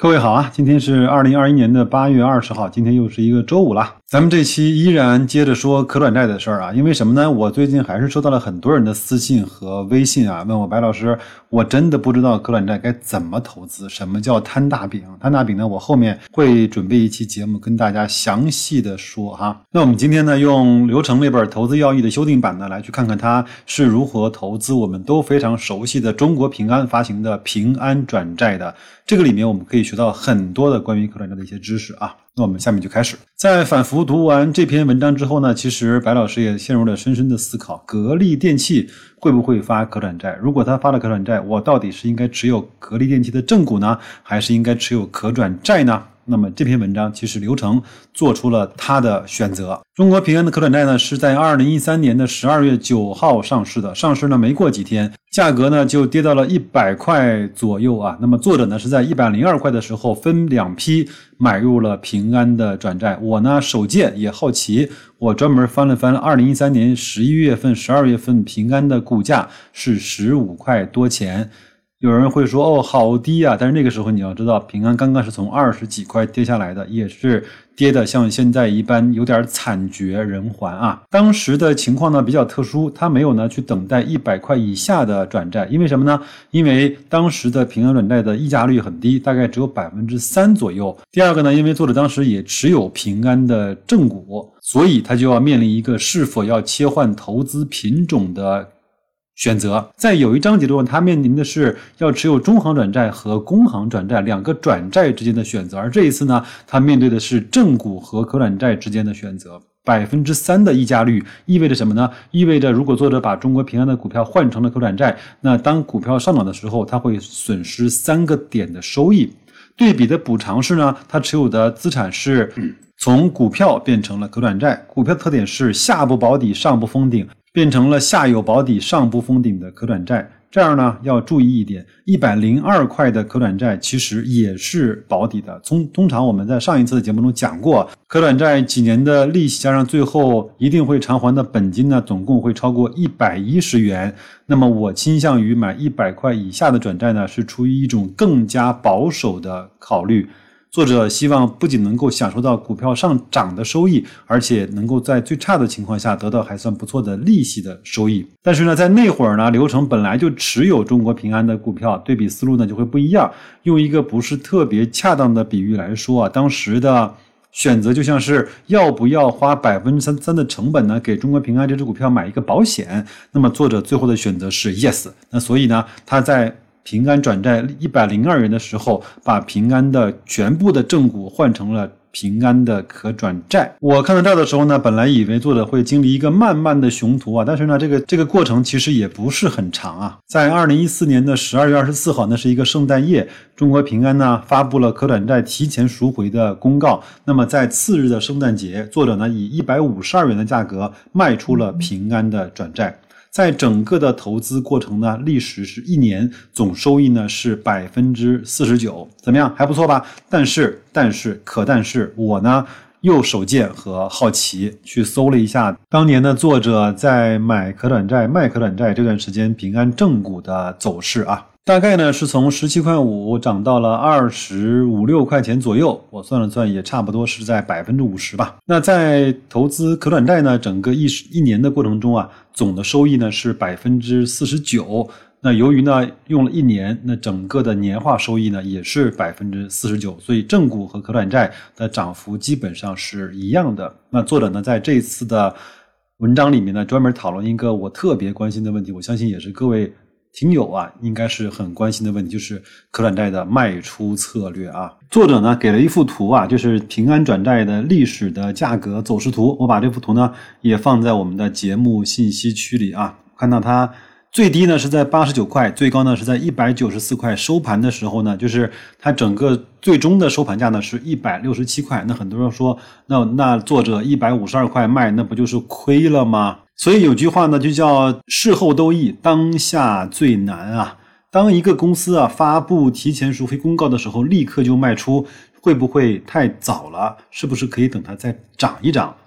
各位好啊，今天是2021年的8月20号，今天又是一个周五了。咱们这期依然接着说可转债的事儿啊，因为什么呢？我最近还是收到了很多人的私信和微信啊，问我白老师，我真的不知道可转债该怎么投资，什么叫摊大饼？摊大饼呢，我后面会准备一期节目跟大家详细的说哈。那我们今天呢，用流程那本投资要义的修订版呢，来去看看它是如何投资我们都非常熟悉的中国平安发行的平安转债的。这个里面我们可以学到很多的关于可转债的一些知识啊。那我们下面就开始。在反复读完这篇文章之后呢，其实白老师也陷入了深深的思考，格力电器会不会发可转债？如果他发了可转债，我到底是应该持有格力电器的正股呢，还是应该持有可转债呢？那么这篇文章其实刘成做出了他的选择。中国平安的可转债呢，是在2013年的12月9号上市的，上市呢没过几天，价格呢就跌到了100块左右啊。那么作者呢是在102块的时候分两批买入了平安的转债。我呢手贱也好奇，我专门翻了翻2013年11月份、12月份平安的股价是15块多钱。有人会说哦好低啊，但是那个时候你要知道平安刚刚是从20几块跌下来的，也是跌的像现在一般有点惨绝人寰啊。当时的情况呢比较特殊，他没有呢去等待100块以下的转债，因为什么呢？因为当时的平安转债的溢价率很低，大概只有 3% 左右。第二个呢，因为作者当时也持有平安的正股，所以他就要面临一个是否要切换投资品种的选择。在有一章节中，他面临的是要持有中行转债和工行转债两个转债之间的选择，而这一次呢，他面对的是正股和可转债之间的选择。3% 的溢价率意味着什么呢？意味着如果作者把中国平安的股票换成了可转债，那当股票上涨的时候，他会损失3个点的收益。对比的补偿是呢，他持有的资产是从股票变成了可转债，股票的特点是下不保底上不封顶，变成了下有保底上不封顶的可转债。这样呢要注意一点，102块的可转债其实也是保底的。通常我们在上一次的节目中讲过，可转债几年的利息加上最后一定会偿还的本金呢，总共会超过110元。那么我倾向于买100块以下的转债呢，是出于一种更加保守的考虑。作者希望不仅能够享受到股票上涨的收益，而且能够在最差的情况下得到还算不错的利息的收益。但是呢，在那会儿呢，刘成本来就持有中国平安的股票，对比思路呢就会不一样。用一个不是特别恰当的比喻来说啊，当时的选择就像是要不要花 3% 的成本呢，给中国平安这只股票买一个保险。那么作者最后的选择是 yes。那所以呢，他在平安转债102元的时候，把平安的全部的正股换成了平安的可转债。我看到这儿的时候呢，本来以为作者会经历一个漫漫的雄途啊，但是呢，这个过程其实也不是很长啊。在2014年的12月24号，那是一个圣诞夜，中国平安呢发布了可转债提前赎回的公告。那么在次日的圣诞节，作者呢以152元的价格卖出了平安的转债。在整个的投资过程呢，历时是1年，总收益呢是 49%， 怎么样？还不错吧？但是我呢又手贱和好奇去搜了一下当年的作者在买可转债卖可转债这段时间平安正股的走势啊。大概呢是从17.5块涨到了25-26块钱左右，我算了算也差不多是在 50% 吧。那在投资可转债呢，整个一年的过程中啊，总的收益呢是 49%。那由于呢用了1年，那整个的年化收益呢也是 49%， 所以正股和可转债的涨幅基本上是一样的。那作者呢在这一次的文章里面呢专门讨论一个我特别关心的问题，我相信也是各位听友啊应该是很关心的问题，就是可转债的卖出策略啊。作者呢给了一幅图啊，就是平安转债的历史的价格走势图，我把这幅图呢也放在我们的节目信息区里啊。看到它最低呢是在89块，最高呢是在194块，收盘的时候呢，就是它整个最终的收盘价呢是167块。那很多人说，那作者152块卖，那不就是亏了吗？所以有句话呢就叫事后都易，当下最难啊。当一个公司啊发布提前赎回公告的时候立刻就卖出，会不会太早了？是不是可以等它再涨一涨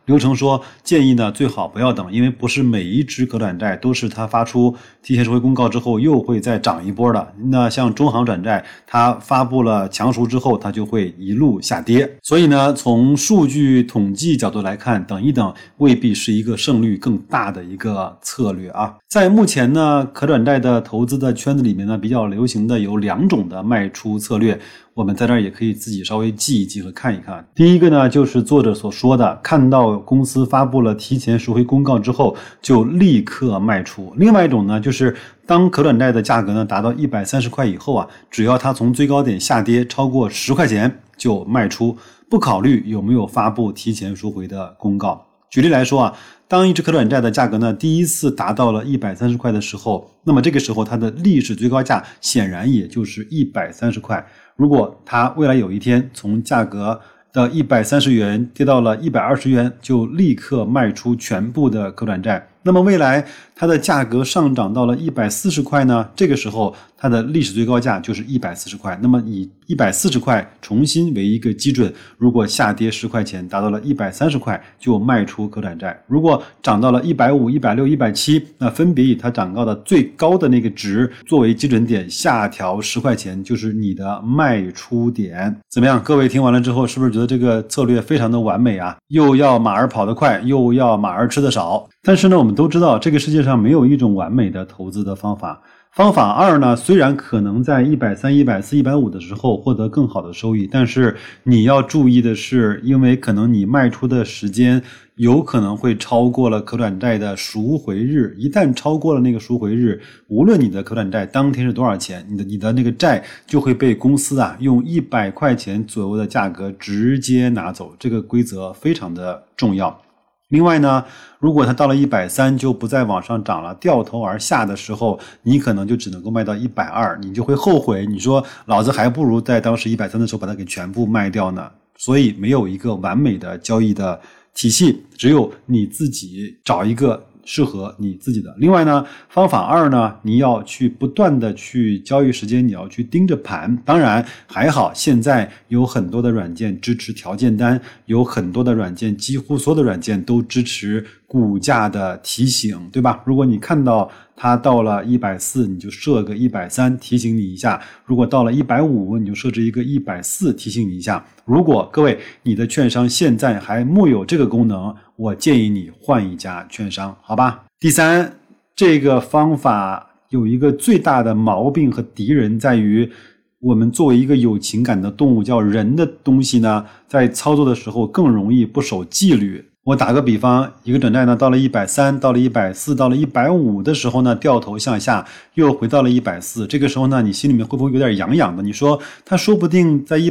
流程说建议呢最好不要等，因为不是每一只可转债都是它发出提前赎回公告之后又会再涨一波的。那像中行转债，它发布了强赎之后，它就会一路下跌。所以呢，从数据统计角度来看，等一等未必是一个胜率更大的一个策略啊。在目前呢，可转债的投资的圈子里面呢，比较流行的有2种的卖出策略，我们在这儿也可以自己稍微记一记和看一看。第一个呢，就是作者所说的，看到公司发布了提前赎回公告之后就立刻卖出。另外一种呢，就是当可转债的价格呢达到130块以后啊，只要它从最高点下跌超过10块钱就卖出，不考虑有没有发布提前赎回的公告。举例来说啊，当一只可转债的价格呢第一次达到了130块的时候，那么这个时候它的历史最高价显然也就是130块。如果它未来有一天从价格的130元跌到了120元，就立刻卖出全部的可转债，那么未来它的价格上涨到了140块呢，这个时候它的历史最高价就是140块。那么以140块重新为一个基准，如果下跌10块钱达到了130块就卖出可转债。如果涨到了150、160、170，那分别以它涨到的最高的那个值作为基准点，下调10块钱就是你的卖出点。怎么样，各位听完了之后是不是觉得这个策略非常的完美啊？又要马儿跑得快，又要马儿吃得少。但是呢，我们都知道这个世界上没有一种完美的投资的方法。方法2呢，虽然可能在130、140、150的时候获得更好的收益，但是你要注意的是，因为可能你卖出的时间有可能会超过了可转债的赎回日，一旦超过了那个赎回日，无论你的可转债当天是多少钱，你的那个债就会被公司啊用100块钱左右的价格直接拿走，这个规则非常的重要。另外呢，如果它到了130就不再往上涨了，掉头而下的时候，你可能就只能够卖到120，你就会后悔，你说老子还不如在当时130的时候把它给全部卖掉呢。所以没有一个完美的交易的体系，只有你自己找一个适合你自己的。另外呢，方法2呢，你要去不断的去交易时间，你要去盯着盘。当然还好，现在有很多的软件支持条件单，有很多的软件，几乎所有的软件都支持股价的提醒，对吧？如果你看到它到了140，你就设个130提醒你一下；如果到了150，你就设置一个140提醒你一下。如果各位你的券商现在还木有这个功能，我建议你换一家券商，好吧？第3，这个方法有一个最大的毛病和敌人在于，我们作为一个有情感的动物，叫人的东西呢，在操作的时候更容易不守纪律。我打个比方，一个转债呢到了130，到了140，到了150的时候呢，掉头向下，又回到了140。这个时候呢，你心里面会不会有点痒痒的？你说它说不定在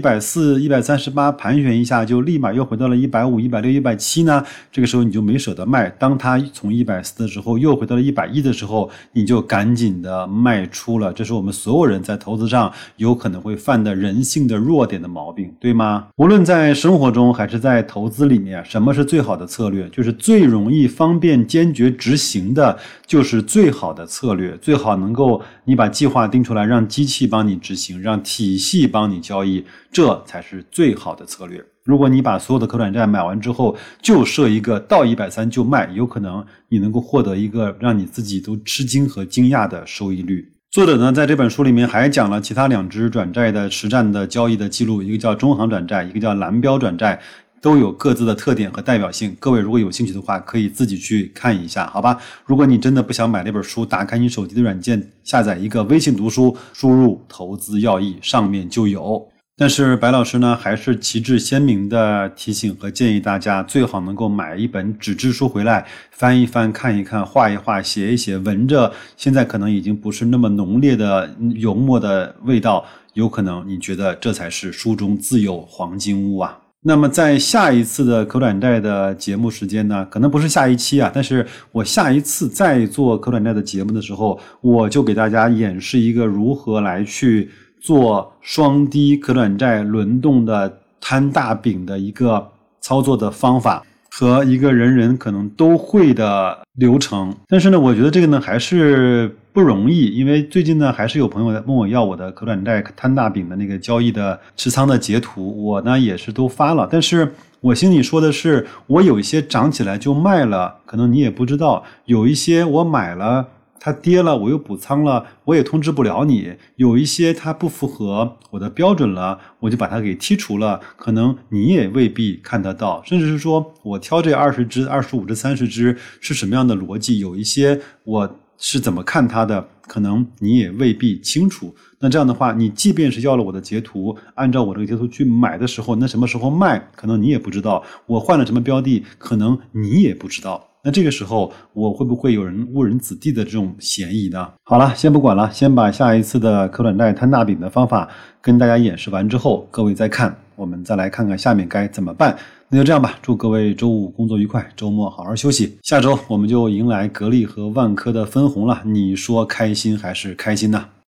140、138盘旋一下，就立马又回到了150、160、170呢？这个时候你就没舍得卖。当它从140的时候又回到了110的时候，你就赶紧的卖出了。这是我们所有人在投资上有可能会犯的人性的弱点的毛病，对吗？无论在生活中还是在投资里面，什么是最好的策略？就是最容易方便坚决执行的就是最好的策略。最好能够你把计划定出来，让机器帮你执行，让体系帮你交易，这才是最好的策略。如果你把所有的可转债买完之后就设一个到130就卖，有可能你能够获得一个让你自己都吃惊和惊讶的收益率。作者呢在这本书里面还讲了其他2只转债的实战的交易的记录，一个叫中行转债，一个叫蓝标转债，都有各自的特点和代表性。各位如果有兴趣的话，可以自己去看一下，好吧？如果你真的不想买那本书，打开你手机的软件，下载一个微信读书，输入投资要义，上面就有。但是白老师呢，还是旗帜鲜明的提醒和建议大家，最好能够买一本纸质书回来，翻一翻，看一看，画一画，写一写，闻着现在可能已经不是那么浓烈的油墨的味道，有可能你觉得这才是书中自有黄金屋啊。那么在下一次的可转债的节目时间呢，可能不是下一期啊，但是我下一次再做可转债的节目的时候，我就给大家演示一个如何来去做双低可转债轮动的摊大饼的一个操作的方法，和一个人人可能都会的流程。但是呢，我觉得这个呢还是不容易，因为最近呢还是有朋友问我要我的可转债摊大饼的那个交易的持仓的截图，我呢也是都发了，但是我心里说的是，我有一些涨起来就卖了，可能你也不知道；有一些我买了，它跌了，我又补仓了，我也通知不了你；有一些它不符合我的标准了，我就把它给剔除了，可能你也未必看得到。甚至是说我挑这20只、25只、30只是什么样的逻辑，有一些我是怎么看它的，可能你也未必清楚。那这样的话，你即便是要了我的截图，按照我这个截图去买的时候，那什么时候卖，可能你也不知道。我换了什么标的，可能你也不知道。那这个时候我会不会有人误人子弟的这种嫌疑呢？好了，先不管了，先把下一次的可转债摊大饼的方法跟大家演示完之后，各位再看，我们再来看看下面该怎么办。那就这样吧，祝各位周五工作愉快，周末好好休息。下周我们就迎来格力和万科的分红了，你说开心还是开心呢？